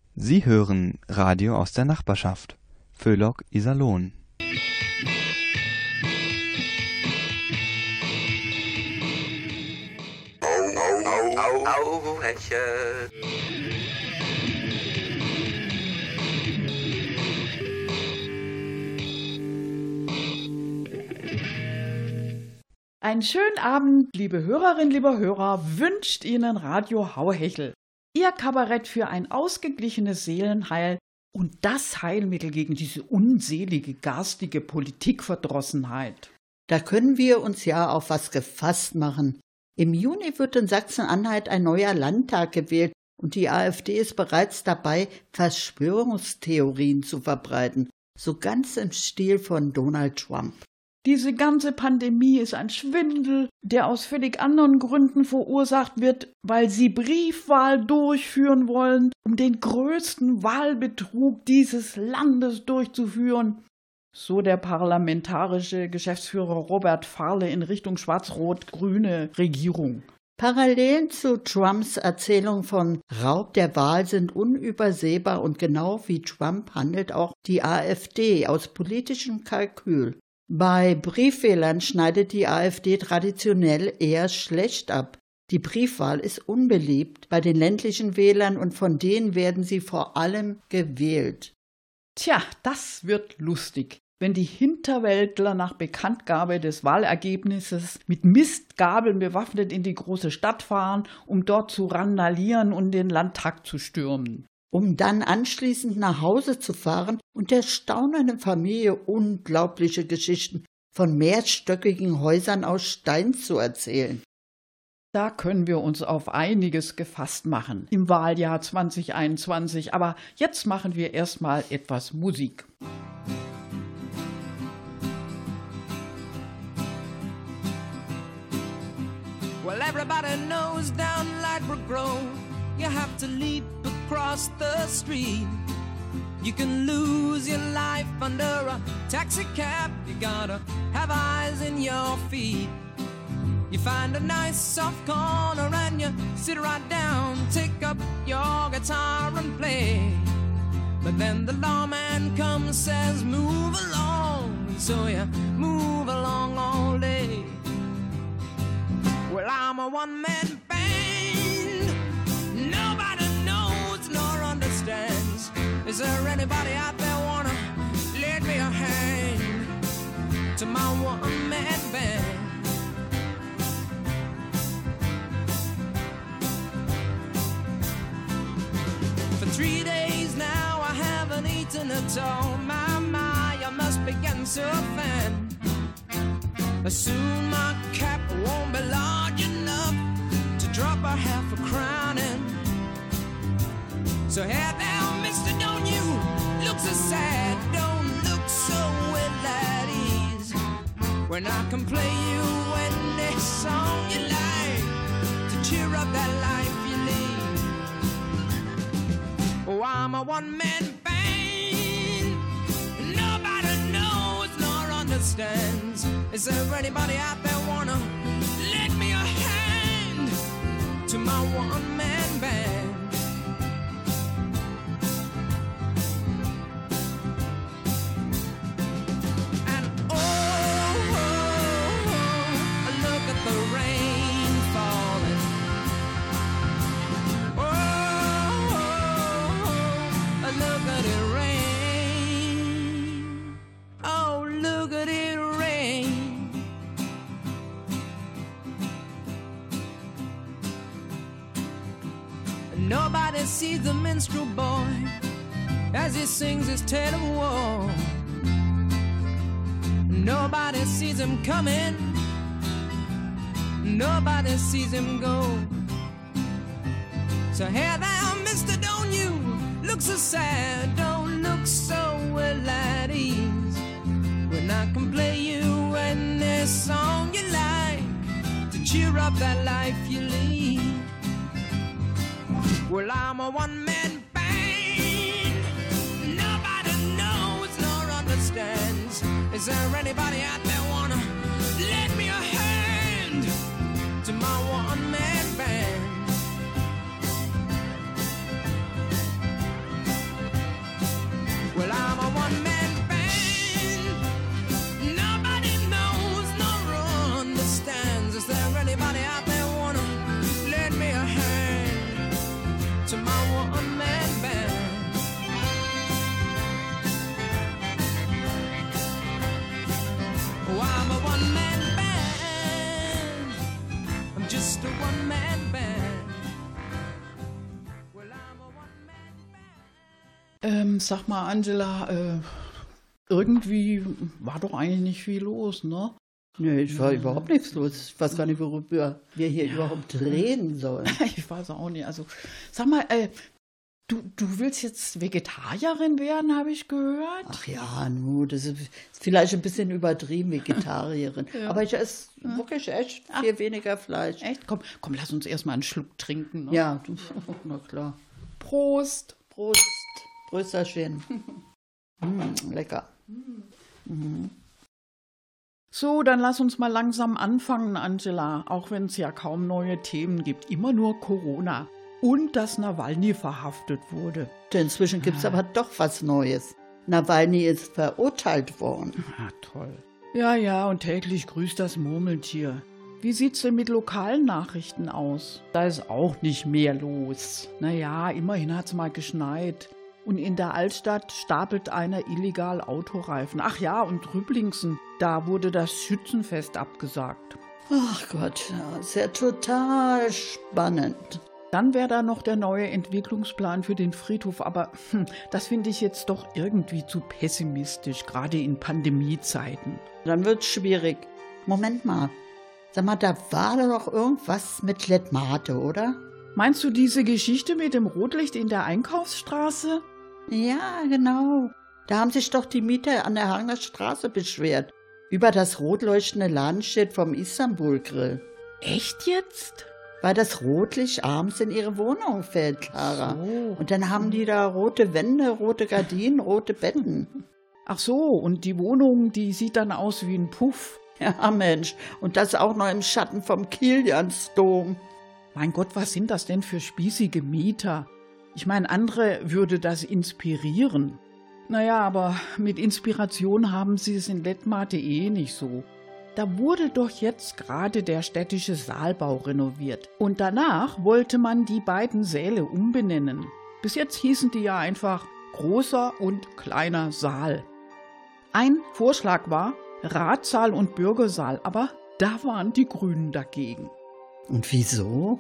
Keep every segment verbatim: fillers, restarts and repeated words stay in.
Sie hören Radio aus der Nachbarschaft. Föhlock Iserlohn. Au, au, Hänchen. Einen schönen Abend, liebe Hörerinnen, lieber Hörer, wünscht Ihnen Radio Hauhechel. Ihr Kabarett für ein ausgeglichenes Seelenheil und das Heilmittel gegen diese unselige, garstige Politikverdrossenheit. Da können wir uns ja auf was gefasst machen. Im Juni wird in Sachsen-Anhalt ein neuer Landtag gewählt und die AfD ist bereits dabei, Verschwörungstheorien zu verbreiten, so ganz im Stil von Donald Trump. Diese ganze Pandemie ist ein Schwindel, der aus völlig anderen Gründen verursacht wird, weil sie Briefwahl durchführen wollen, um den größten Wahlbetrug dieses Landes durchzuführen. So der parlamentarische Geschäftsführer Robert Fahrle in Richtung schwarz-rot-grüne Regierung. Parallelen zu Trumps Erzählung von Raub der Wahl sind unübersehbar und genau wie Trump handelt auch die AfD aus politischem Kalkül. Bei Briefwählern schneidet die AfD traditionell eher schlecht ab. Die Briefwahl ist unbeliebt bei den ländlichen Wählern und von denen werden sie vor allem gewählt. Tja, das wird lustig, wenn die Hinterwäldler nach Bekanntgabe des Wahlergebnisses mit Mistgabeln bewaffnet in die große Stadt fahren, um dort zu randalieren und den Landtag zu stürmen. Um dann anschließend nach Hause zu fahren und der staunenden Familie unglaubliche Geschichten von mehrstöckigen Häusern aus Stein zu erzählen. Da können wir uns auf einiges gefasst machen im Wahljahr zwanzig einundzwanzig, aber jetzt machen wir erstmal etwas Musik. Well, everybody knows down Lightbrook Grove you have to leap across the street. You can lose your life under a taxi cab. You gotta have eyes in your feet. You find a nice soft corner and you sit right down, take up your guitar and play. But then the lawman comes, says move along, and so you move along all day. Well, I'm a one-man band. Nobody knows nor understands. Is there anybody out there wanna lend me a hand to my one-man band? For three days now I haven't eaten at all. My, my, I must be getting so thin. Soon my cap won't be large enough to drop a half a crown in. So hey now, mister, don't you look so sad, don't look so well at ease, when I can play you any song you like to cheer up that life you lead. Oh, I'm a one-man band, nobody knows nor understands. Is there anybody out there wanna lend me a hand to my one-man band? And oh, oh, oh, look at the rain falling. Oh, oh, oh, look at it rain. Oh, look at it rain. Nobody sees the minstrel boy as he sings his tale of war. Nobody sees him coming. Nobody sees him go. So hey there, mister, don't you look so sad, don't look so well at ease, when I can play you any song you like to cheer up that life you lead. Well, I'm a one-man band. Nobody knows nor understands. Is there anybody out there wanna lend me a hand to my one-man band? one-man band. Oh, I'm a one-man band. I'm just a one-man band. Well, I'm a one-man band. Ähm, sag mal, Angela, äh, irgendwie war doch eigentlich nicht viel los, ne? Nee, es war überhaupt nichts los. Ich weiß gar nicht, worüber wir hier ja. überhaupt reden sollen. Ich weiß auch nicht. Also, sag mal, äh, du, du willst jetzt Vegetarierin werden, habe ich gehört? Ach ja, nu, das ist vielleicht ein bisschen übertrieben, Vegetarierin. Ja. Aber ich esse ja. wirklich echt viel Ach. weniger Fleisch. Echt? Komm, komm, lass uns erstmal einen Schluck trinken. Ne? Ja, na klar. Prost. Prost. Prösterchen. mm, lecker. Mhm. So, dann lass uns mal langsam anfangen, Angela, auch wenn es ja kaum neue Themen gibt. Immer nur Corona. Und dass Nawalny verhaftet wurde. Inzwischen gibt es ah. aber doch was Neues. Nawalny ist verurteilt worden. Ah, toll. Ja, ja, und täglich grüßt das Murmeltier. Wie sieht's denn mit lokalen Nachrichten aus? Da ist auch nicht mehr los. Naja, immerhin hat's mal geschneit. Und in der Altstadt stapelt einer illegal Autoreifen. Ach ja, und Rüblingsen, da wurde das Schützenfest abgesagt. Ach Gott, ja, ist ja total spannend. Dann wäre da noch der neue Entwicklungsplan für den Friedhof, aber hm, das finde ich jetzt doch irgendwie zu pessimistisch, gerade in Pandemiezeiten. Dann wird's schwierig. Moment mal, sag mal, da war doch irgendwas mit Letmate, oder? Meinst du diese Geschichte mit dem Rotlicht in der Einkaufsstraße? Ja, genau. Da haben sich doch die Mieter an der Hagener Straße beschwert. Über das rot leuchtende Ladenschild vom Istanbul-Grill. Echt jetzt? Weil das Rotlicht abends in ihre Wohnung fällt, Clara. So. Und dann haben die da rote Wände, rote Gardinen, rote Betten. Ach so, und die Wohnung, die sieht dann aus wie ein Puff. Ja, Mensch. Und das auch noch im Schatten vom Kiliansdom. Mein Gott, was sind das denn für spießige Mieter? Ich meine, andere würde das inspirieren. Naja, aber mit Inspiration haben sie es in Letmate eh nicht so. Da wurde doch jetzt gerade der städtische Saalbau renoviert. Und danach wollte man die beiden Säle umbenennen. Bis jetzt hießen die ja einfach großer und kleiner Saal. Ein Vorschlag war Ratssaal und Bürgersaal, aber da waren die Grünen dagegen. Und wieso?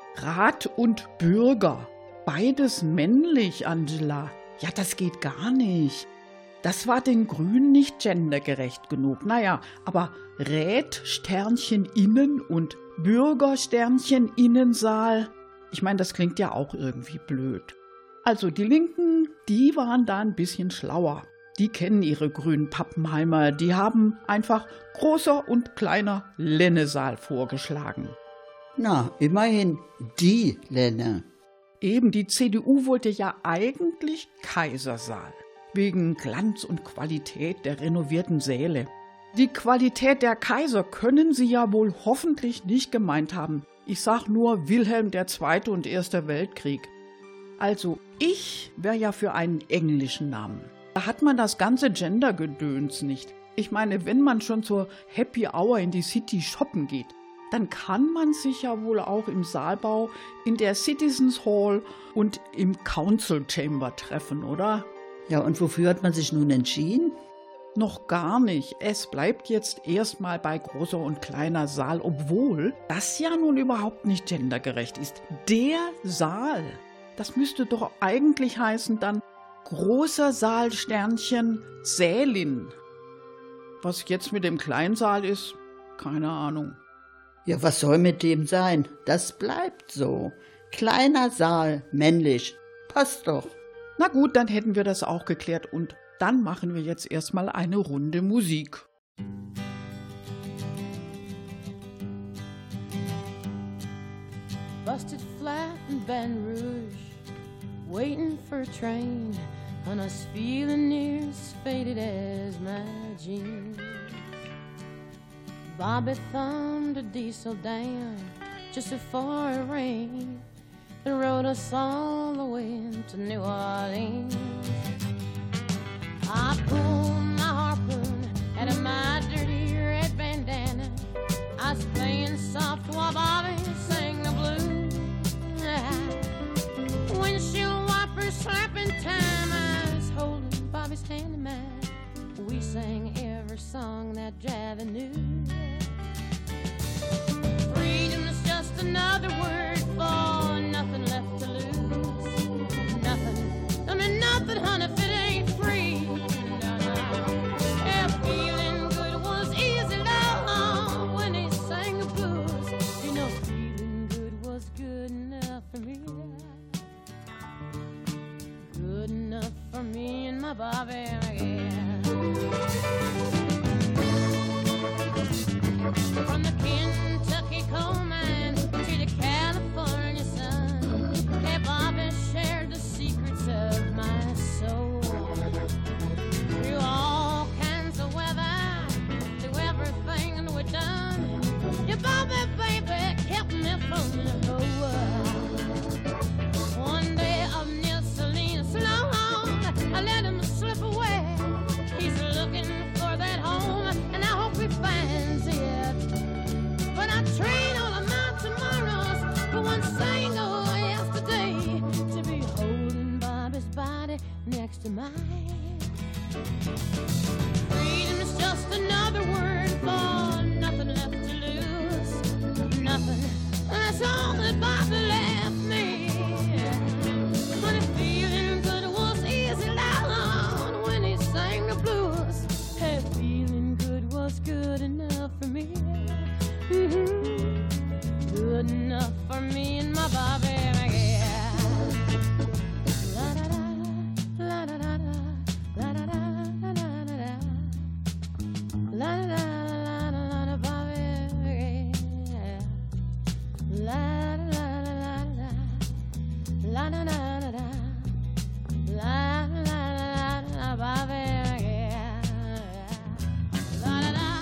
Rat und Bürger. Beides männlich, Angela. Ja, das geht gar nicht. Das war den Grünen nicht gendergerecht genug. Naja, aber Rät, Sternchen innen und Bürger, Sternchen Innensaal. Ich meine, das klingt ja auch irgendwie blöd. Also die Linken, die waren da ein bisschen schlauer. Die kennen ihre grünen Pappenheimer. Die haben einfach großer und kleiner Lennesaal vorgeschlagen. Na, immerhin die Lenne. Eben, die C D U wollte ja eigentlich Kaisersaal. Wegen Glanz und Qualität der renovierten Säle. Die Qualität der Kaiser können sie ja wohl hoffentlich nicht gemeint haben. Ich sag nur Wilhelm der Zweite und Erster Weltkrieg. Also, ich wäre ja für einen englischen Namen. Da hat man das ganze Gender-Gedöns nicht. Ich meine, wenn man schon zur Happy Hour in die City shoppen geht, dann kann man sich ja wohl auch im Saalbau, in der Citizens Hall und im Council Chamber treffen, oder? Ja, und wofür hat man sich nun entschieden? Noch gar nicht. Es bleibt jetzt erstmal bei großer und kleiner Saal, obwohl das ja nun überhaupt nicht gendergerecht ist. Der Saal, das müsste doch eigentlich heißen dann großer Saal Sternchen Sälin. Was jetzt mit dem Kleinsaal ist, keine Ahnung. Ja, was soll mit dem sein? Das bleibt so. Kleiner Saal, männlich. Passt doch. Na gut, dann hätten wir das auch geklärt und dann machen wir jetzt erstmal eine Runde Musik. Busted flat in Baton Rouge, waiting for a train, and I was feeling near as faded as my jeans. Bobby thumbed a diesel down just before it rained and rode us all the way to New Orleans. I pulled my harpoon out of my dirty red bandana. I was playing soft while Bobby sang the blues. Windshield my Bobby McGee. From the Kentucky coal mine to the California sun, hey, Bobby shared the secrets of my soul. Through all kinds of weather, through everything we've done, your Bobby baby kept me from the whole world. One day of Mussolini's long, I let him slip away. He's looking for that home, and I hope he finds it. But I trade all of my tomorrows for one single yesterday, to be holding Bobby's body next to mine. Freedom's just another word for nothing left to lose. Nothing, that's all that Bobby left me. But if feeling good was easy loud when he sang the blues, hey, feeling good was good enough for me. Mm-hmm. Good enough for me and my Bobby McGee. La da da, la da da da, la da da da da da da, la da da la da la da Bobby McGee. La da la la la la, la da da da da, la la la la Bobby McGee. La da da.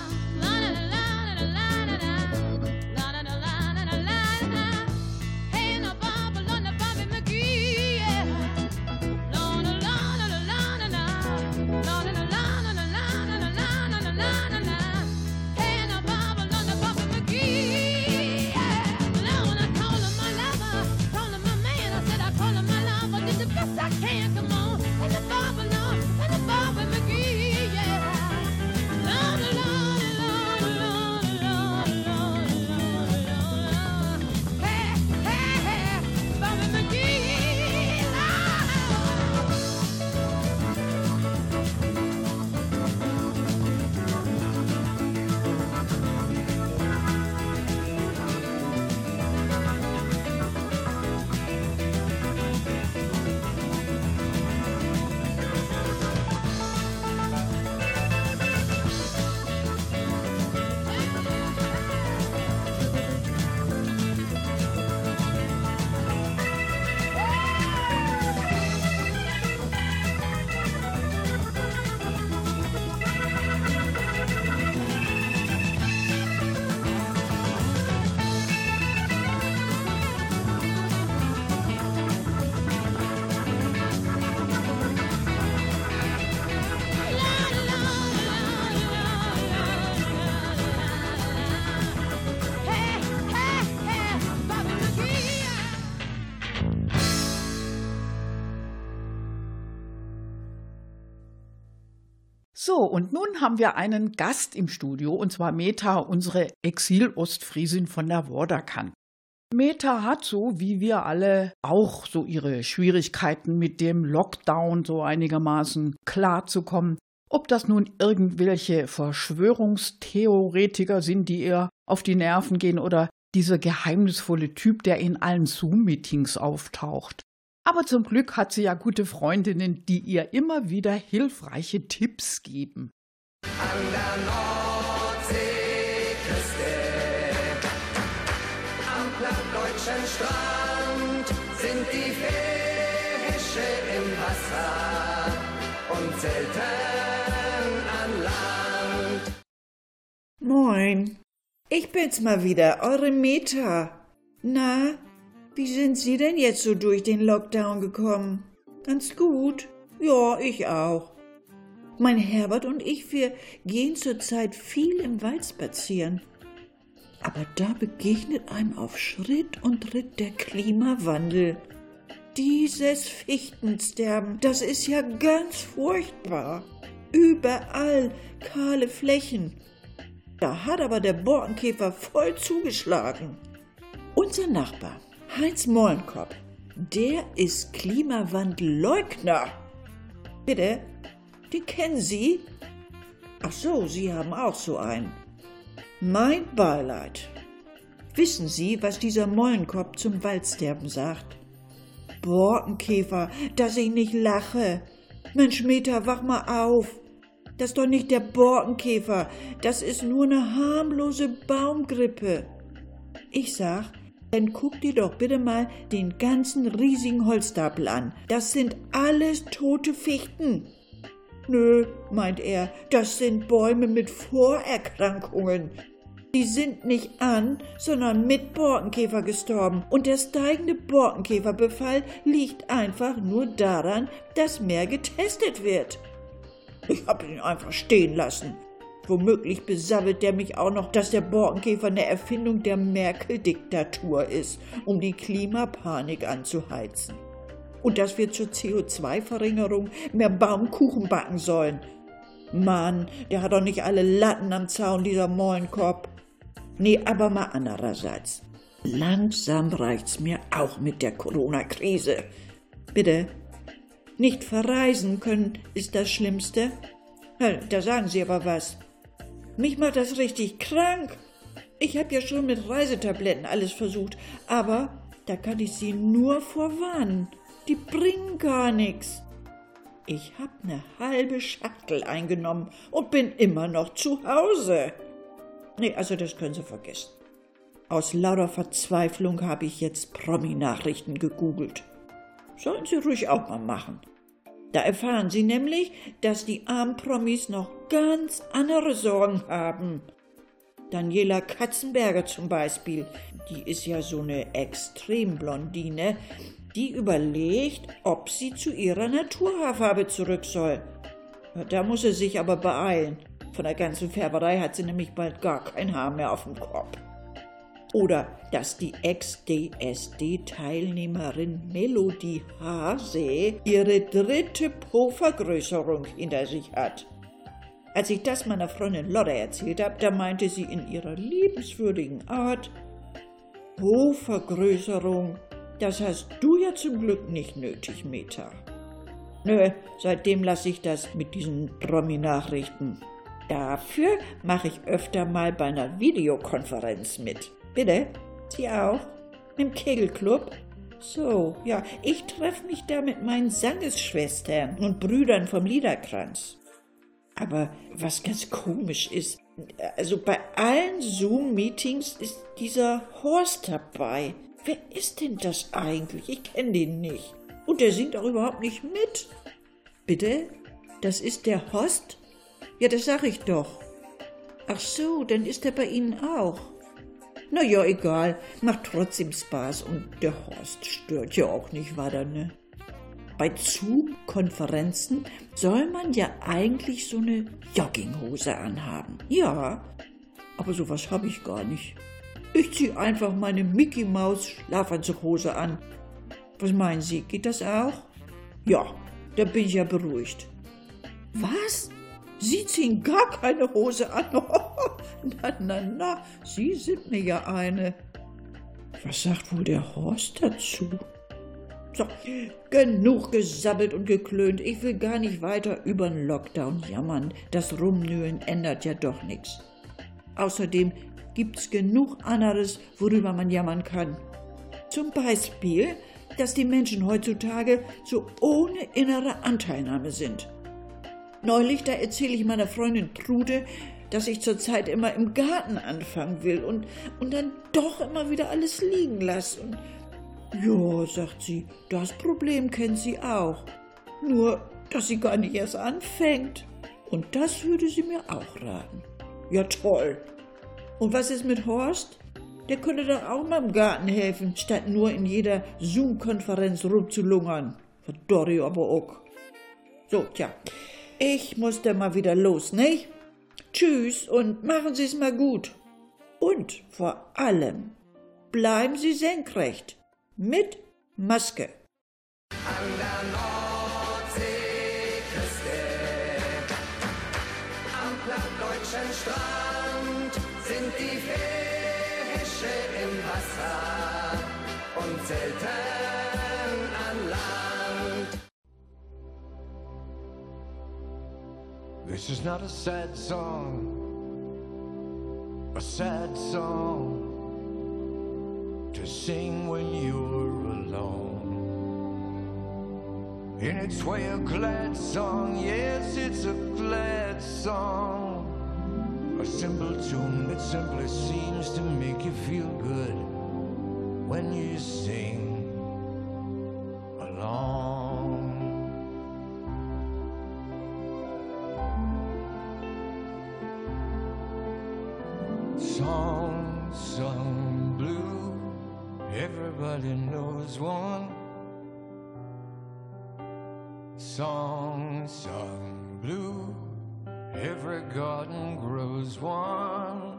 So, und nun haben wir einen Gast im Studio, und zwar Meta, unsere Exil-Ostfriesin von der Vorderkant. Meta hat, so wie wir alle, auch so ihre Schwierigkeiten mit dem Lockdown so einigermaßen klarzukommen. Ob das nun irgendwelche Verschwörungstheoretiker sind, die ihr auf die Nerven gehen, oder dieser geheimnisvolle Typ, der in allen Zoom-Meetings auftaucht. Aber zum Glück hat sie ja gute Freundinnen, die ihr immer wieder hilfreiche Tipps geben. An der Nordseeküste, am plattdeutschen Strand sind die Fische im Wasser und selten an Land. Moin, ich bin's mal wieder, eure Meta. Na, wie sind Sie denn jetzt so durch den Lockdown gekommen? Ganz gut? Ja, ich auch. Mein Herbert und ich, wir gehen zurzeit viel im Wald spazieren. Aber da begegnet einem auf Schritt und Tritt der Klimawandel. Dieses Fichtensterben, das ist ja ganz furchtbar. Überall kahle Flächen. Da hat aber der Borkenkäfer voll zugeschlagen. Unser Nachbar, Heinz Mollenkopf, der ist Klimawandelleugner. Bitte? Den kennen Sie? Ach so, Sie haben auch so einen. Mein Beileid. Wissen Sie, was dieser Mollenkopf zum Waldsterben sagt? Borkenkäfer, dass ich nicht lache. Mensch, Meta, wach mal auf. Das ist doch nicht der Borkenkäfer. Das ist nur eine harmlose Baumgrippe. Ich sag, dann guck dir doch bitte mal den ganzen riesigen Holzstapel an. Das sind alles tote Fichten. Nö, meint er, das sind Bäume mit Vorerkrankungen. Die sind nicht an, sondern mit Borkenkäfer gestorben. Und der steigende Borkenkäferbefall liegt einfach nur daran, dass mehr getestet wird. Ich hab ihn einfach stehen lassen. Womöglich besabbelt der mich auch noch, dass der Borkenkäfer eine Erfindung der Merkel-Diktatur ist, um die Klimapanik anzuheizen. Und dass wir zur C O zwei Verringerung mehr Baumkuchen backen sollen. Mann, der hat doch nicht alle Latten am Zaun, dieser Mollenkopf. Nee, aber mal andererseits. Langsam reicht's mir auch mit der Corona-Krise. Bitte? Nicht verreisen können ist das Schlimmste? Da sagen Sie aber was. Mich macht das richtig krank. Ich habe ja schon mit Reisetabletten alles versucht, aber da kann ich Sie nur vorwarnen. Die bringen gar nichts. Ich habe eine halbe Schachtel eingenommen und bin immer noch zu Hause. Nee, also das können Sie vergessen. Aus lauter Verzweiflung habe ich jetzt Promi-Nachrichten gegoogelt. Sollen Sie ruhig auch mal machen. Da erfahren Sie nämlich, dass die armen Promis noch ganz andere Sorgen haben. Daniela Katzenberger zum Beispiel, die ist ja so eine Extremblondine, die überlegt, ob sie zu ihrer Naturhaarfarbe zurück soll. Da muss sie sich aber beeilen. Von der ganzen Färberei hat sie nämlich bald gar kein Haar mehr auf dem Kopf. Oder dass die Ex-D S D-Teilnehmerin Melody Hase ihre dritte Po-Vergrößerung hinter sich hat. Als ich das meiner Freundin Lotte erzählt habe, da meinte sie in ihrer liebenswürdigen Art, Po-Vergrößerung, das hast du ja zum Glück nicht nötig, Meta. Nö, seitdem lasse ich das mit diesen Promi-Nachrichten. Dafür mache ich öfter mal bei einer Videokonferenz mit. Bitte? Sie auch? Im Kegelclub? So, ja, ich treffe mich da mit meinen Sangesschwestern und Brüdern vom Liederkranz. Aber was ganz komisch ist, also bei allen Zoom-Meetings ist dieser Horst dabei. Wer ist denn das eigentlich? Ich kenne den nicht. Und der singt auch überhaupt nicht mit. Bitte? Das ist der Horst? Ja, das sag ich doch. Ach so, dann ist er bei Ihnen auch. Na ja, egal, macht trotzdem Spaß und der Horst stört ja auch nicht weiter, ne? Bei Zoom-Konferenzen soll man ja eigentlich so eine Jogginghose anhaben. Ja, aber sowas habe ich gar nicht. Ich ziehe einfach meine Mickey-Maus-Schlafanzughose an. Was meinen Sie, geht das auch? Ja, da bin ich ja beruhigt. Was? Sie ziehen gar keine Hose an? Na, na, na, Sie sind mir ja eine. Was sagt wohl der Horst dazu? So, genug gesabbelt und geklönt. Ich will gar nicht weiter über den Lockdown jammern. Das Rumnöhlen ändert ja doch nichts. Außerdem gibt's genug anderes, worüber man jammern kann. Zum Beispiel, dass die Menschen heutzutage so ohne innere Anteilnahme sind. Neulich, da erzähle ich meiner Freundin Trude, dass ich zurzeit immer im Garten anfangen will und, und dann doch immer wieder alles liegen lasse. Und ja, sagt sie, das Problem kennt sie auch. Nur, dass sie gar nicht erst anfängt. Und das würde sie mir auch raten. Ja, toll. Und was ist mit Horst? Der könnte doch auch mal im Garten helfen, statt nur in jeder Zoom-Konferenz rumzulungern. Verdorri aber auch. So, tja, ich muss da mal wieder los, nicht? Tschüss und machen Sie es mal gut. Und vor allem, bleiben Sie senkrecht. Mit Maske. An der Nordseeküste, am plattdeutschen Strand sind die Fische im Wasser und selten an Land. This is not a sad song, a sad song to sing when you're alone. in its way a glad song. Yes, it's a glad song. A simple tune that simply seems to make you feel good when you sing along. Song sung blue, everybody knows one. Song sung blue, every garden grows one.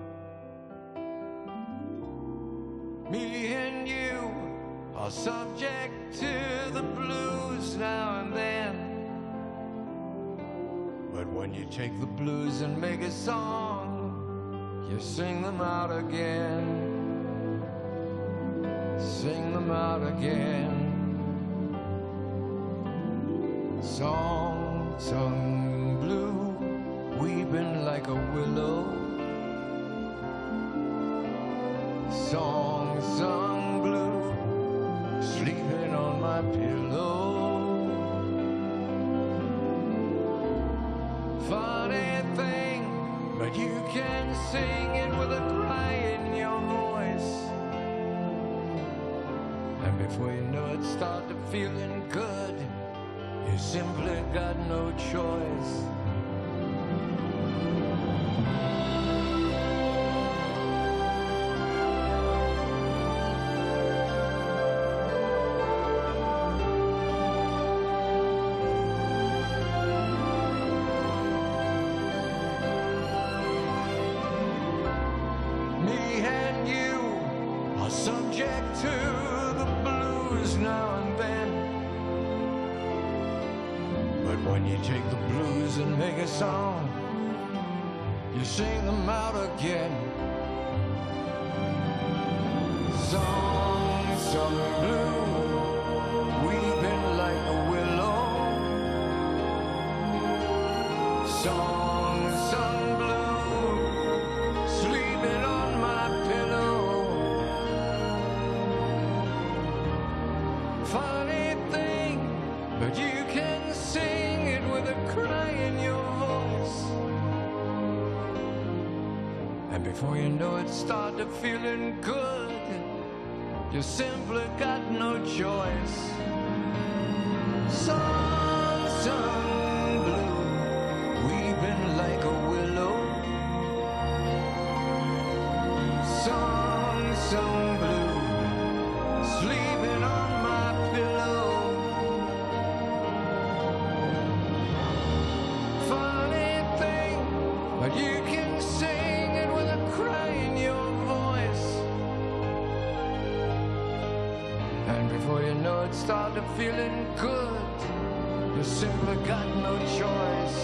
Me and you are subject to the blues now and then. But when you take the blues and make a song, you sing them out again. Sing them out again. Song sung blue, weeping like a willow. Song sung blue, sleeping on my pillow. Funny thing, but you can sing it with a cry in your voice. And before you know it, start to feeling good. You simply got no choice. Me and you are subject to the blues now and then. But when you take the blues and make a song, you sing them out again. Song sung blue, weeping like a willow. Song sung blue, sleeping on my pillow. Funny thing, but you can sing it with a cry in your voice. And before you know it, start to feeling good. You simply got no choice. Song sung blue, weeping like a willow. Song sung blue, sleeping on my pillow. Funny thing, but you can sing it with a cry in your voice. And before you know it, start to feeling good. You simply got no choice.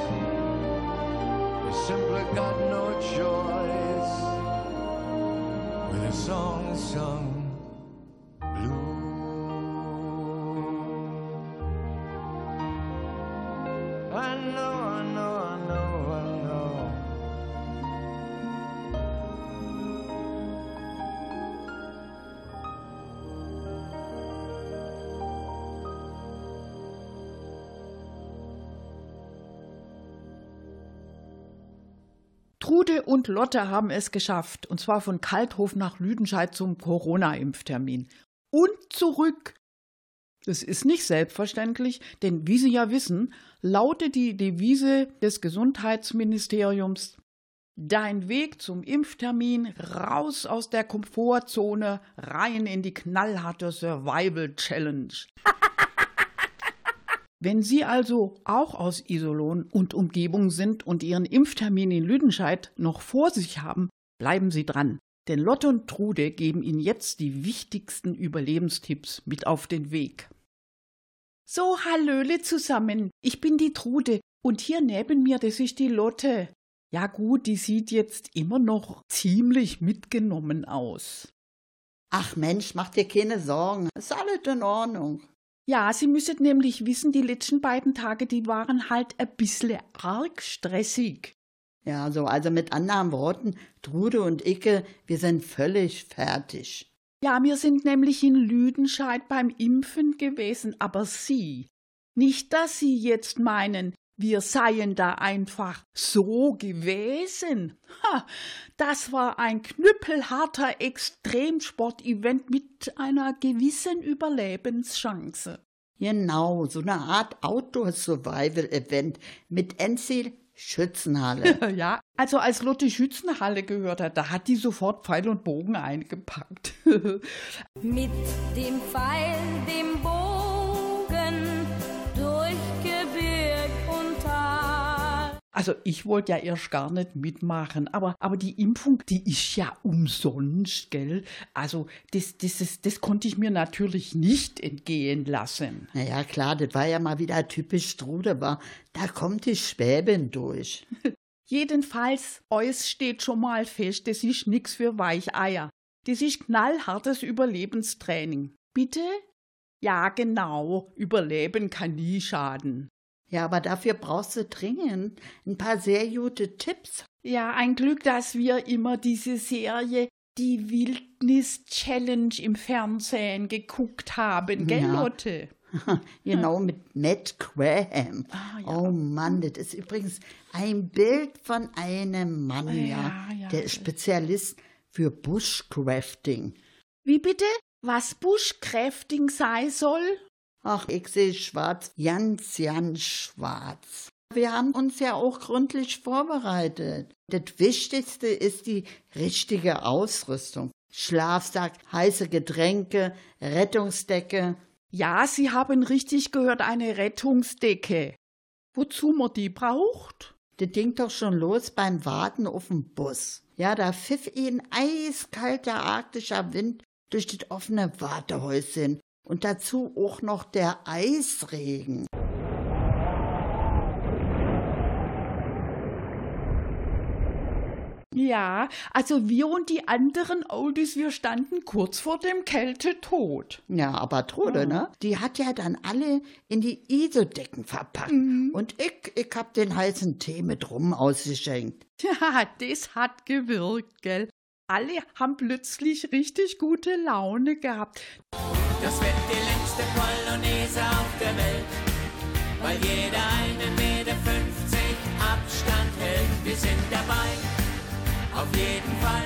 You simply got no choice. With a song sung blue. I know, I know, I know, I know. Trude und Lotte haben es geschafft, und zwar von Kalthof nach Lüdenscheid zum Corona-Impftermin. Und zurück. Das ist nicht selbstverständlich, denn wie Sie ja wissen, lautet die Devise des Gesundheitsministeriums: Dein Weg zum Impftermin, raus aus der Komfortzone, rein in die knallharte Survival Challenge. Wenn Sie also auch aus Iserlohn und Umgebung sind und Ihren Impftermin in Lüdenscheid noch vor sich haben, bleiben Sie dran. Denn Lotte und Trude geben Ihnen jetzt die wichtigsten Überlebenstipps mit auf den Weg. So, hallöle zusammen, ich bin die Trude und hier neben mir, das ist die Lotte. Ja gut, die sieht jetzt immer noch ziemlich mitgenommen aus. Ach Mensch, mach dir keine Sorgen, ist alles in Ordnung. Ja, Sie müssen nämlich wissen, die letzten beiden Tage, die waren halt ein bisschen arg stressig. Ja, so, also mit anderen Worten, Trude und Icke, wir sind völlig fertig. Ja, wir sind nämlich in Lüdenscheid beim Impfen gewesen, aber Sie, Nicht, dass Sie jetzt meinen, wir seien da einfach so gewesen. Ha, das war ein knüppelharter Extremsport-Event mit einer gewissen Überlebenschance. Genau, so eine Art Outdoor-Survival-Event mit Endziel Schützenhalle. Ja, also als Lotte Schützenhalle gehört hat, da hat die sofort Pfeil und Bogen eingepackt. Mit dem Pfeil, dem Bogen, durch Gebirg und Tal. Also ich wollte ja erst gar nicht mitmachen, aber, aber die Impfung, die ist ja umsonst, gell? Also das, das, das, das konnte ich mir natürlich nicht entgehen lassen. Naja, klar, das war ja mal wieder typisch Strude, war, da kommt die Schwäbin durch. Jedenfalls, eus steht schon mal fest, das ist nix für Weicheier. Das ist knallhartes Überlebenstraining. Bitte? Ja, genau, Überleben kann nie schaden. Ja, aber dafür brauchst du dringend ein paar sehr gute Tipps. Ja, ein Glück, dass wir immer diese Serie Die Wildnis-Challenge im Fernsehen geguckt haben, gell, Ja. Lotte? Genau, mit Matt Graham. Ah, ja. Oh Mann, das ist übrigens ein Bild von einem Mann, ja, Ja, ja. der ist Spezialist für Bushcrafting. Wie bitte? Was Bushcrafting sei soll? Ach, ich sehe schwarz, ganz, ganz schwarz. Wir haben uns ja auch gründlich vorbereitet. Das Wichtigste ist die richtige Ausrüstung. Schlafsack, heiße Getränke, Rettungsdecke. Ja, Sie haben richtig gehört, eine Rettungsdecke. Wozu man die braucht? Das ging doch schon los beim Warten auf den Bus. Ja, da pfiff ihn eiskalter arktischer Wind durch das offene Wartehäuschen. Und dazu auch noch der Eisregen. Ja, also wir und die anderen Oldies, wir standen kurz vor dem Kältetod. Ja, aber Trude, Ja. ne? Die hat ja dann alle in die Isodecken verpackt. Und ich, ich hab den heißen Tee mit Rum ausgeschenkt. Ja, das hat gewirkt, gell? Alle haben plötzlich richtig gute Laune gehabt. Das wird die längste Polonaise auf der Welt, weil jeder einen Meter fünfzig Abstand hält. Wir sind dabei, auf jeden Fall.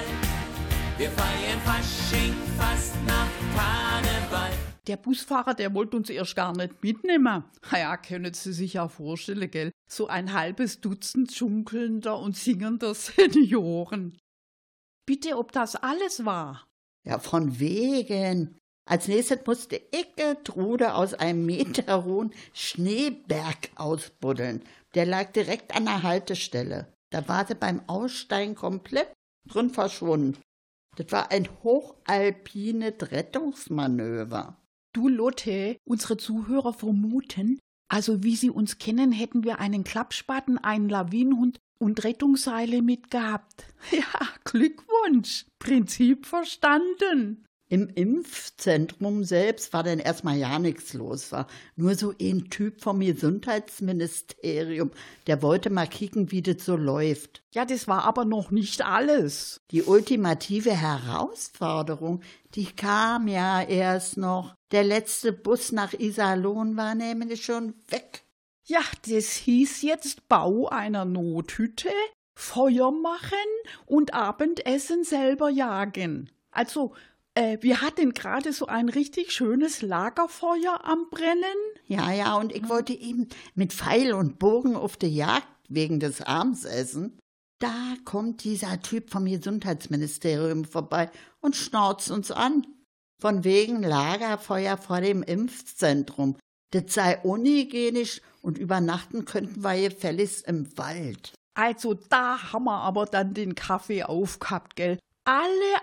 Wir feiern Fasching fast nach Karneval. Der Busfahrer, der wollte uns erst gar nicht mitnehmen. Na ja, können Sie sich ja vorstellen, gell? So ein halbes Dutzend schunkelnder und singender Senioren. Bitte, ob das alles war? Ja, von wegen. Als nächstes musste ich Trude aus einem Meter hohen Schneeberg ausbuddeln. Der lag direkt an der Haltestelle. Da war sie beim Aussteigen komplett drin verschwunden. Das war ein hochalpines Rettungsmanöver. Du, Lotte, unsere Zuhörer vermuten, also wie sie uns kennen, hätten wir einen Klappspaten, einen Lawinenhund und Rettungsseile mitgehabt. Ja, Glückwunsch, Prinzip verstanden. Im Impfzentrum selbst war dann erstmal ja nichts los. War nur so ein Typ vom Gesundheitsministerium, der wollte mal kicken, wie das so läuft. Ja, das war aber noch nicht alles. Die ultimative Herausforderung, die kam ja erst noch. Der letzte Bus nach Iserlohn war nämlich schon weg. Ja, das hieß jetzt Bau einer Nothütte, Feuer machen und Abendessen selber jagen. Also, äh, wir hatten gerade so ein richtig schönes Lagerfeuer am Brennen. Ja, ja, und ich wollte eben mit Pfeil und Bogen auf die Jagd wegen des Abendsessen. Da kommt dieser Typ vom Gesundheitsministerium vorbei und schnauzt uns an. Von wegen Lagerfeuer vor dem Impfzentrum. Das sei unhygienisch und übernachten könnten wir gefälligst im Wald. Also da haben wir aber dann den Kaffee aufgehabt, gell? Alle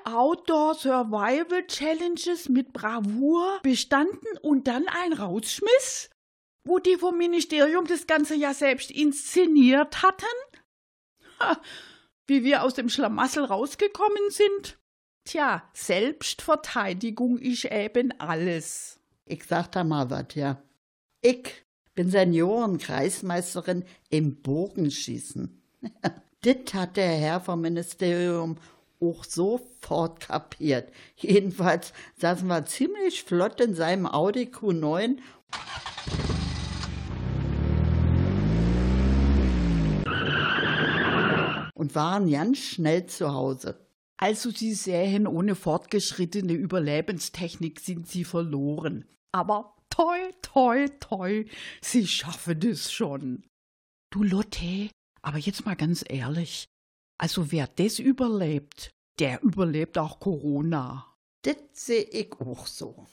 Outdoor-Survival-Challenges mit Bravour bestanden und dann ein Rausschmiss, wo die vom Ministerium das Ganze ja selbst inszeniert hatten. Ha, wie wir aus dem Schlamassel rausgekommen sind. Tja, Selbstverteidigung ist eben alles. Ich sag da mal was, ja. Ich bin Seniorenkreismeisterin im Bogenschießen. Das hat der Herr vom Ministerium auch sofort kapiert. Jedenfalls saßen wir ziemlich flott in seinem Audi Q neun und waren ganz schnell zu Hause. Also Sie sehen, ohne fortgeschrittene Überlebenstechnik sind Sie verloren. Aber toi, toi, toi, Sie schaffen es schon. Du Lotte, aber jetzt mal ganz ehrlich, also wer das überlebt, der überlebt auch Corona. Das sehe ich auch so.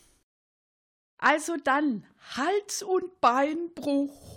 Also dann Hals- und Beinbruch.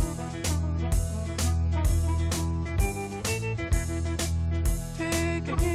Take a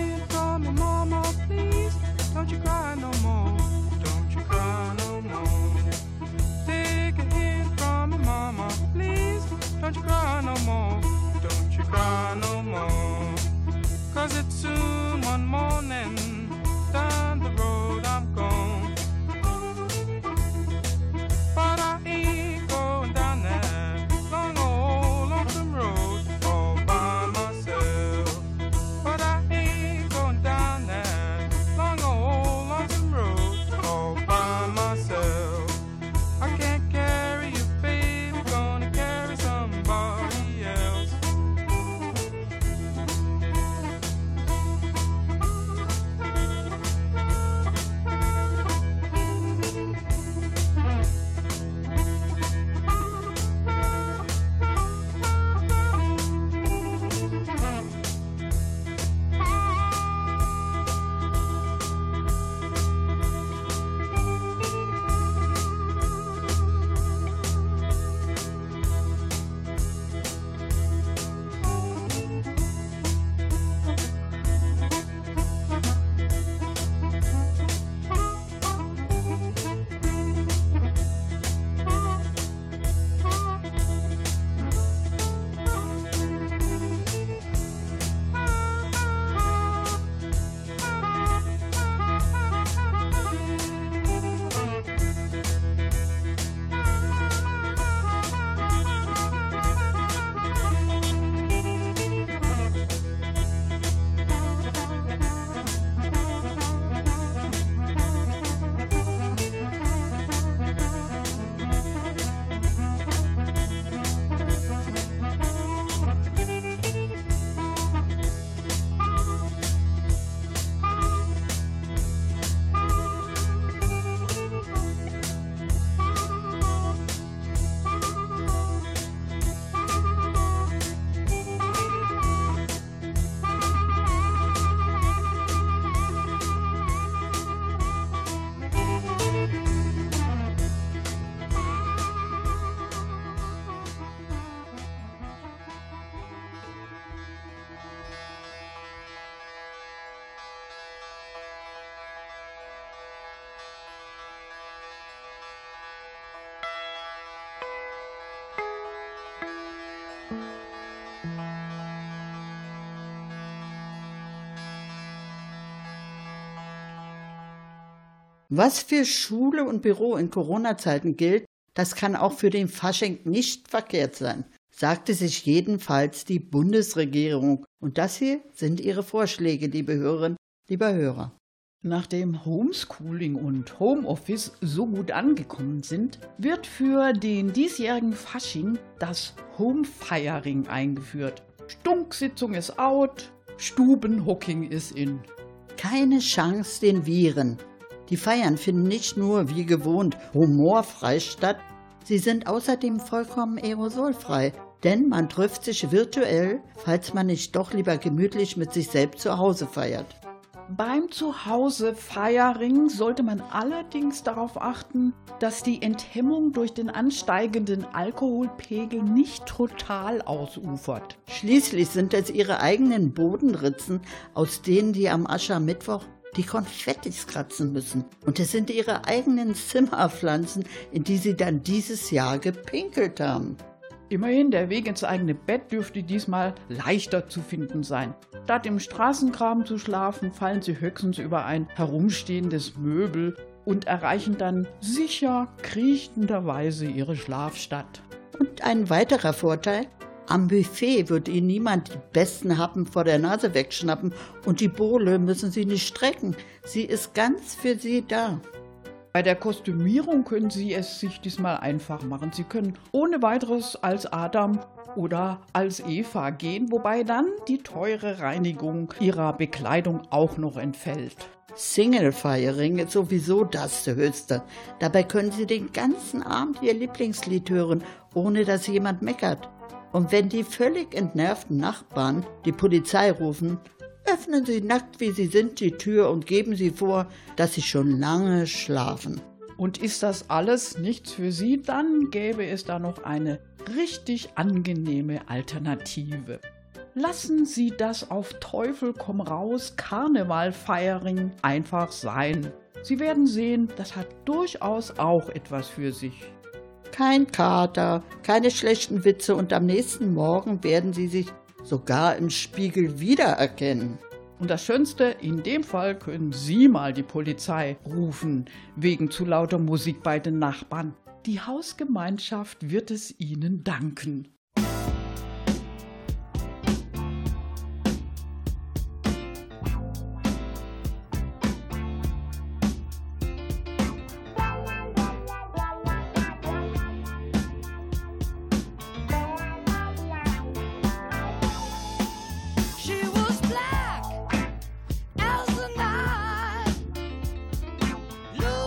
Was für Schule und Büro in Corona-Zeiten gilt, das kann auch für den Fasching nicht verkehrt sein, sagte sich jedenfalls die Bundesregierung. Und das hier sind ihre Vorschläge, liebe Hörerinnen, lieber Hörer. Nachdem Homeschooling und Homeoffice so gut angekommen sind, wird für den diesjährigen Fasching das Homefiring eingeführt. Stunksitzung ist out, Stubenhocking ist in. Keine Chance den Viren. Die Feiern finden nicht nur wie gewohnt humorfrei statt, sie sind außerdem vollkommen aerosolfrei, denn man trifft sich virtuell, falls man nicht doch lieber gemütlich mit sich selbst zu Hause feiert. Beim Zuhause-Feiering sollte man allerdings darauf achten, dass die Enthemmung durch den ansteigenden Alkoholpegel nicht total ausufert. Schließlich sind es ihre eigenen Bodenritzen, aus denen die am Aschermittwoch die Konfettis kratzen müssen. Und es sind ihre eigenen Zimmerpflanzen, in die sie dann dieses Jahr gepinkelt haben. Immerhin, der Weg ins eigene Bett dürfte diesmal leichter zu finden sein. Statt im Straßengraben zu schlafen, fallen sie höchstens über ein herumstehendes Möbel und erreichen dann sicher kriechenderweise ihre Schlafstatt. Und ein weiterer Vorteil: Am Buffet wird ihnen niemand die besten Happen vor der Nase wegschnappen und die Bowle müssen sie nicht strecken. Sie ist ganz für sie da. Bei der Kostümierung können Sie es sich diesmal einfach machen. Sie können ohne weiteres als Adam oder als Eva gehen, wobei dann die teure Reinigung Ihrer Bekleidung auch noch entfällt. Single-Firing ist sowieso das Höchste. Dabei können Sie den ganzen Abend Ihr Lieblingslied hören, ohne dass jemand meckert. Und wenn die völlig entnervten Nachbarn die Polizei rufen, öffnen Sie nackt, wie Sie sind, die Tür und geben Sie vor, dass Sie schon lange schlafen. Und ist das alles nichts für Sie, dann gäbe es da noch eine richtig angenehme Alternative. Lassen Sie das auf Teufel komm raus Karneval-Firing einfach sein. Sie werden sehen, das hat durchaus auch etwas für sich. Kein Kater, keine schlechten Witze und am nächsten Morgen werden Sie sich sogar im Spiegel wiedererkennen. Und das Schönste, in dem Fall können Sie mal die Polizei rufen, wegen zu lauter Musik bei den Nachbarn. Die Hausgemeinschaft wird es Ihnen danken.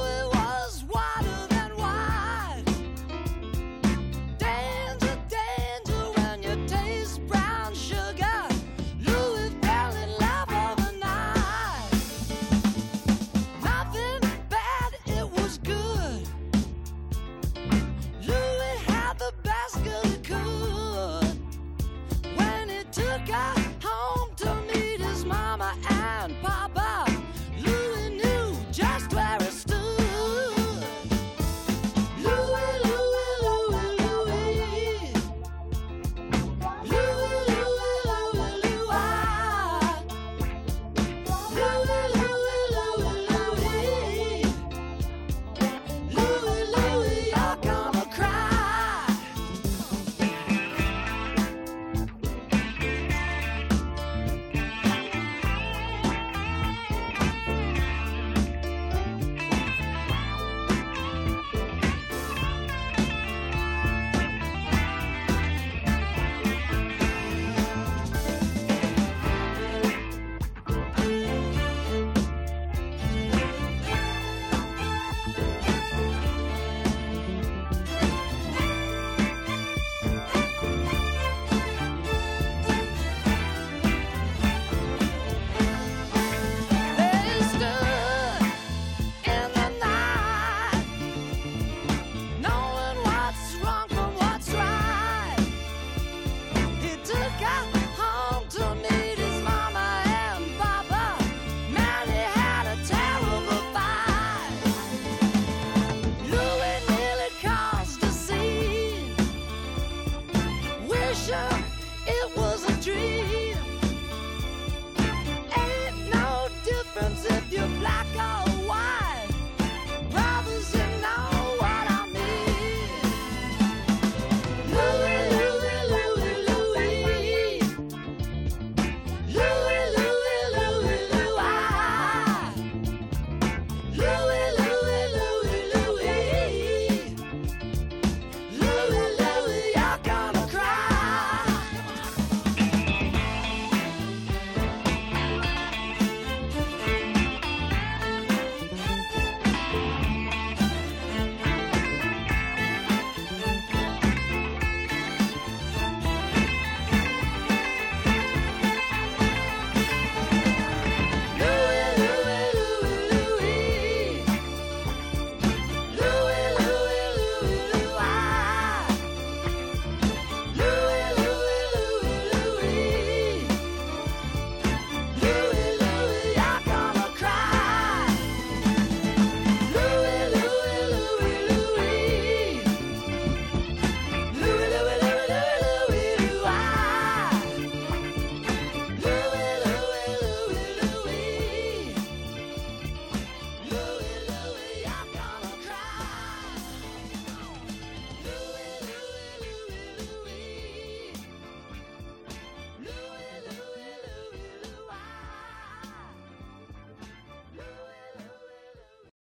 Day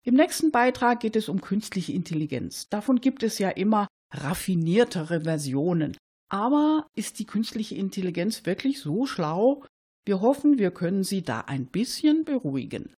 Im nächsten Beitrag geht es um künstliche Intelligenz. Davon gibt es ja immer raffiniertere Versionen. Aber ist die künstliche Intelligenz wirklich so schlau? Wir hoffen, wir können Sie da ein bisschen beruhigen.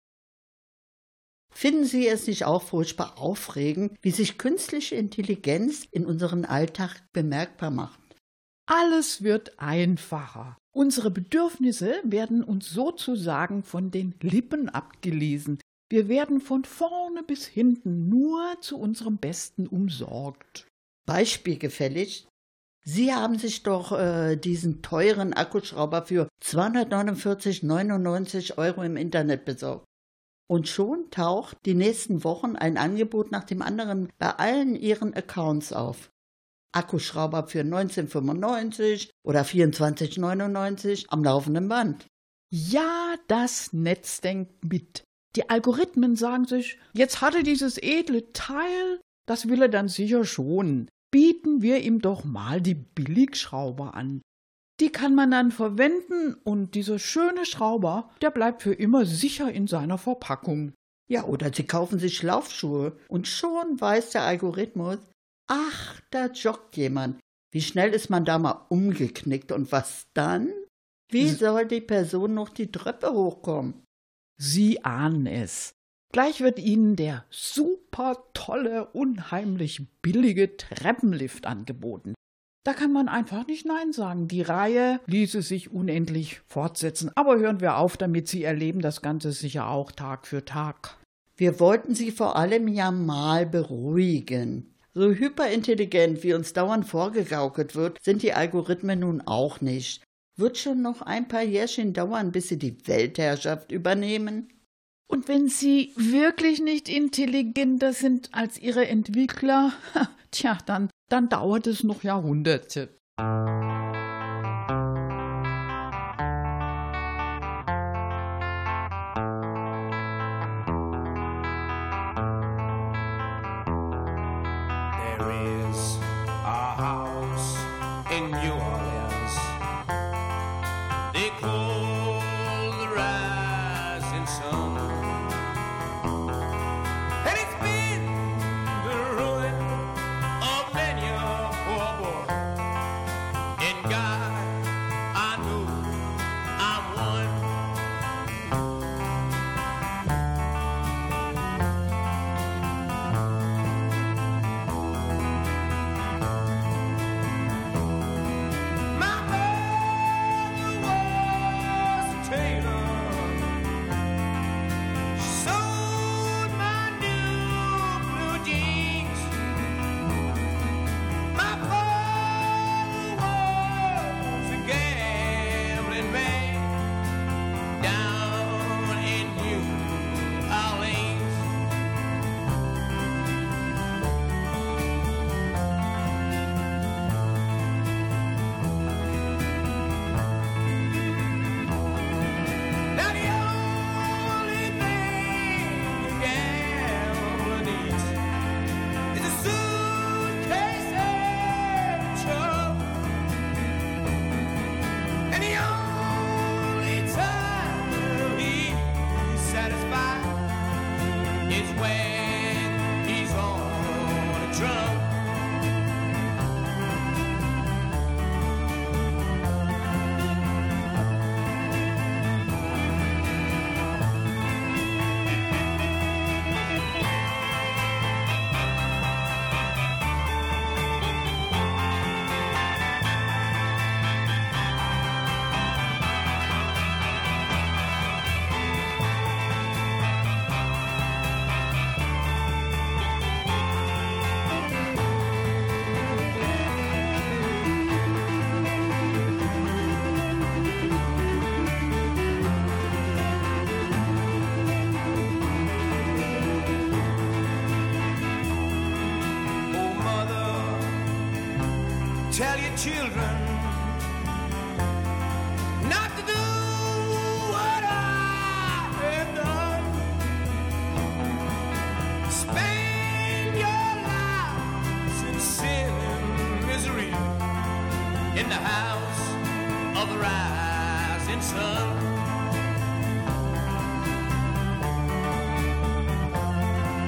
Finden Sie es nicht auch furchtbar aufregend, wie sich künstliche Intelligenz in unserem Alltag bemerkbar macht? Alles wird einfacher. Unsere Bedürfnisse werden uns sozusagen von den Lippen abgelesen. Wir werden von vorne bis hinten nur zu unserem Besten umsorgt. Beispiel gefällig. Sie haben sich doch äh, diesen teuren Akkuschrauber für zweihundertneunundvierzig Euro neunundneunzig im Internet besorgt. Und schon taucht die nächsten Wochen ein Angebot nach dem anderen bei allen Ihren Accounts auf. Akkuschrauber für neunzehn fünfundneunzig oder vierundzwanzig neunundneunzig am laufenden Band. Ja, das Netz denkt mit. Die Algorithmen sagen sich, jetzt hat er dieses edle Teil, das will er dann sicher schonen. Bieten wir ihm doch mal die Billigschrauber an. Die kann man dann verwenden und dieser schöne Schrauber, der bleibt für immer sicher in seiner Verpackung. Ja, oder Sie kaufen sich Laufschuhe und schon weiß der Algorithmus, ach, da joggt jemand. Wie schnell ist man da mal umgeknickt und was dann? Wie soll die Person noch die Treppe hochkommen? Sie ahnen es. Gleich wird Ihnen der super tolle, unheimlich billige Treppenlift angeboten. Da kann man einfach nicht Nein sagen. Die Reihe ließe sich unendlich fortsetzen. Aber hören wir auf damit, Sie erleben das Ganze sicher auch Tag für Tag. Wir wollten Sie vor allem ja mal beruhigen. So hyperintelligent, wie uns dauernd vorgegaukelt wird, sind die Algorithmen nun auch nicht. Wird schon noch ein paar Jährchen dauern, bis sie die Weltherrschaft übernehmen? Und wenn Sie wirklich nicht intelligenter sind als Ihre Entwickler, tja, dann, dann dauert es noch Jahrhunderte. There is a house in New Orleans they call the rising sun. And it's been the ruin of many a poor boy. And God, I know I'm one. My mother was a tailor. She sewed my new blue jeans. My father was a gambling man down in New Orleans. Now the only thing a gambler needs is a suitcase and a truck. And the only time he's satisfied is when he's on a truck. Oh, mother, tell your children not to do what I have done. Spend your lives in sin and misery in the house of the rising sun.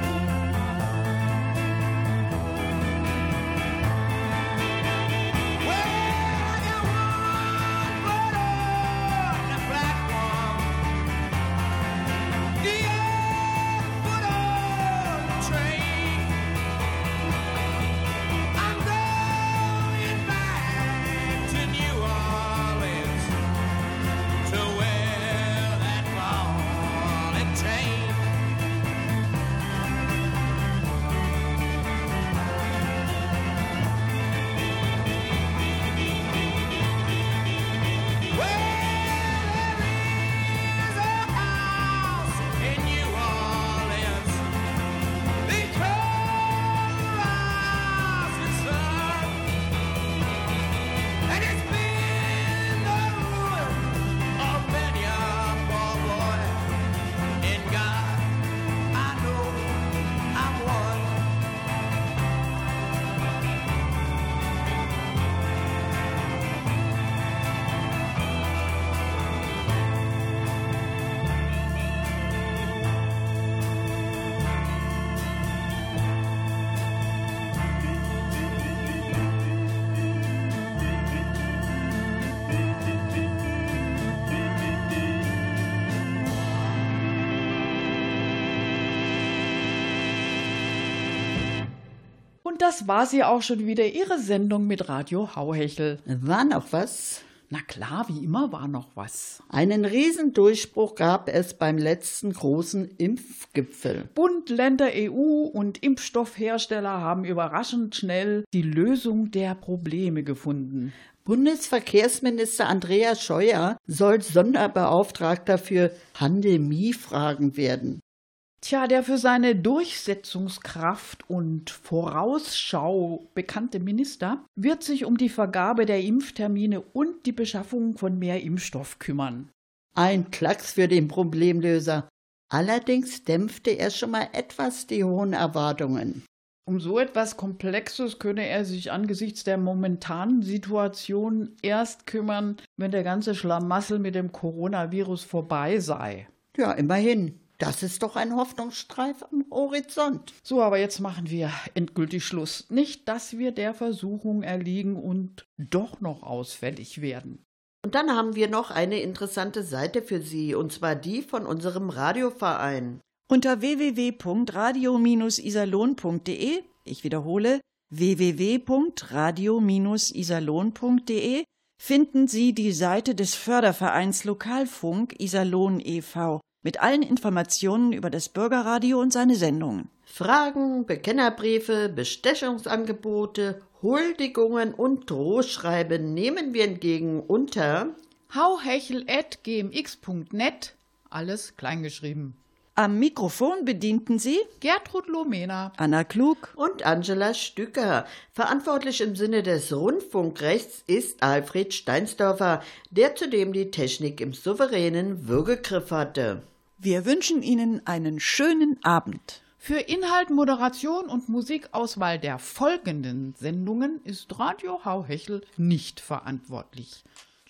Und das war sie auch schon wieder, Ihre Sendung mit Radio Hauhechel. War noch was? Na klar, wie immer war noch was. Einen Riesendurchbruch gab es beim letzten großen Impfgipfel. Bund, Länder, E U und Impfstoffhersteller haben überraschend schnell die Lösung der Probleme gefunden. Bundesverkehrsminister Andreas Scheuer soll Sonderbeauftragter für Pandemiefragen werden. Tja, der für seine Durchsetzungskraft und Vorausschau bekannte Minister wird sich um die Vergabe der Impftermine und die Beschaffung von mehr Impfstoff kümmern. Ein Klacks für den Problemlöser. Allerdings dämpfte er schon mal etwas die hohen Erwartungen. Um so etwas Komplexes könne er sich angesichts der momentanen Situation erst kümmern, wenn der ganze Schlamassel mit dem Coronavirus vorbei sei. Ja, immerhin. Das ist doch ein Hoffnungsstreif am Horizont. So, aber jetzt machen wir endgültig Schluss. Nicht, dass wir der Versuchung erliegen und doch noch ausfällig werden. Und dann haben wir noch eine interessante Seite für Sie, und zwar die von unserem Radioverein. Unter w w w punkt radio Bindestrich iserlohn punkt de, ich wiederhole, w w w punkt radio Bindestrich iserlohn punkt de, finden Sie die Seite des Fördervereins Lokalfunk Iserlohn e V mit allen Informationen über das Bürgerradio und seine Sendungen. Fragen, Bekennerbriefe, Bestechungsangebote, Huldigungen und Drohschreiben nehmen wir entgegen unter hauhechel at g m x punkt net, alles kleingeschrieben. Am Mikrofon bedienten Sie Gertrud Lomena, Anna Klug und Angela Stücker. Verantwortlich im Sinne des Rundfunkrechts ist Alfred Steinsdorfer, der zudem die Technik im souveränen Würgegriff hatte. Wir wünschen Ihnen einen schönen Abend. Für Inhalt, Moderation und Musikauswahl der folgenden Sendungen ist Radio Hauhechel nicht verantwortlich.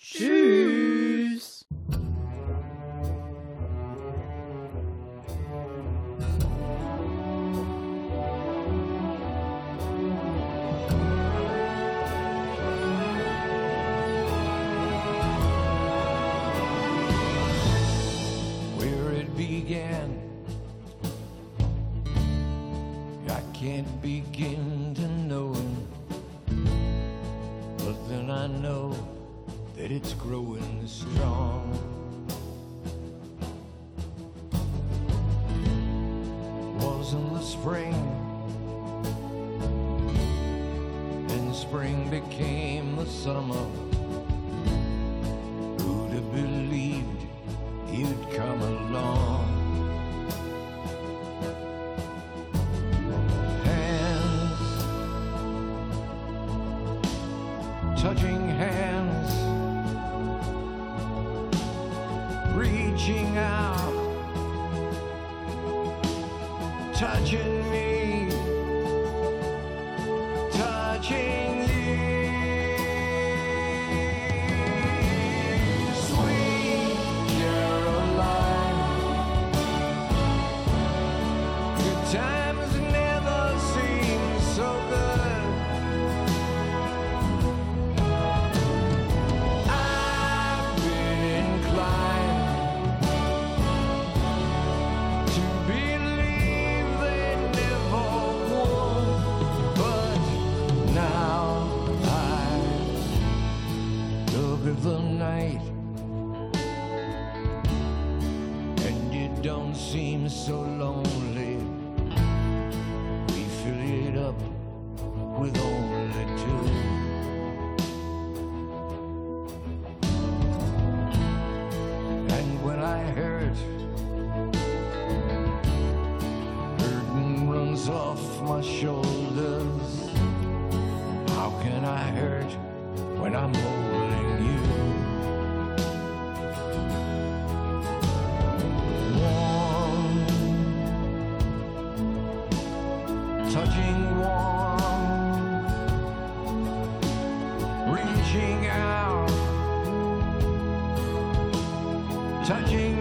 Tschüss! Began. I can't begin to know it, but then I know that it's growing strong. Was in the spring, and spring became the summer. Who'd have believed you'd come along? Hands, touching hands, reaching out, touching me, touching the night, and it don't seem so lonely. We fill it up with only two. And when I hurt, burden runs off my shoulders. How can I hurt when I'm holding you? Warm, touching warm, reaching out, touching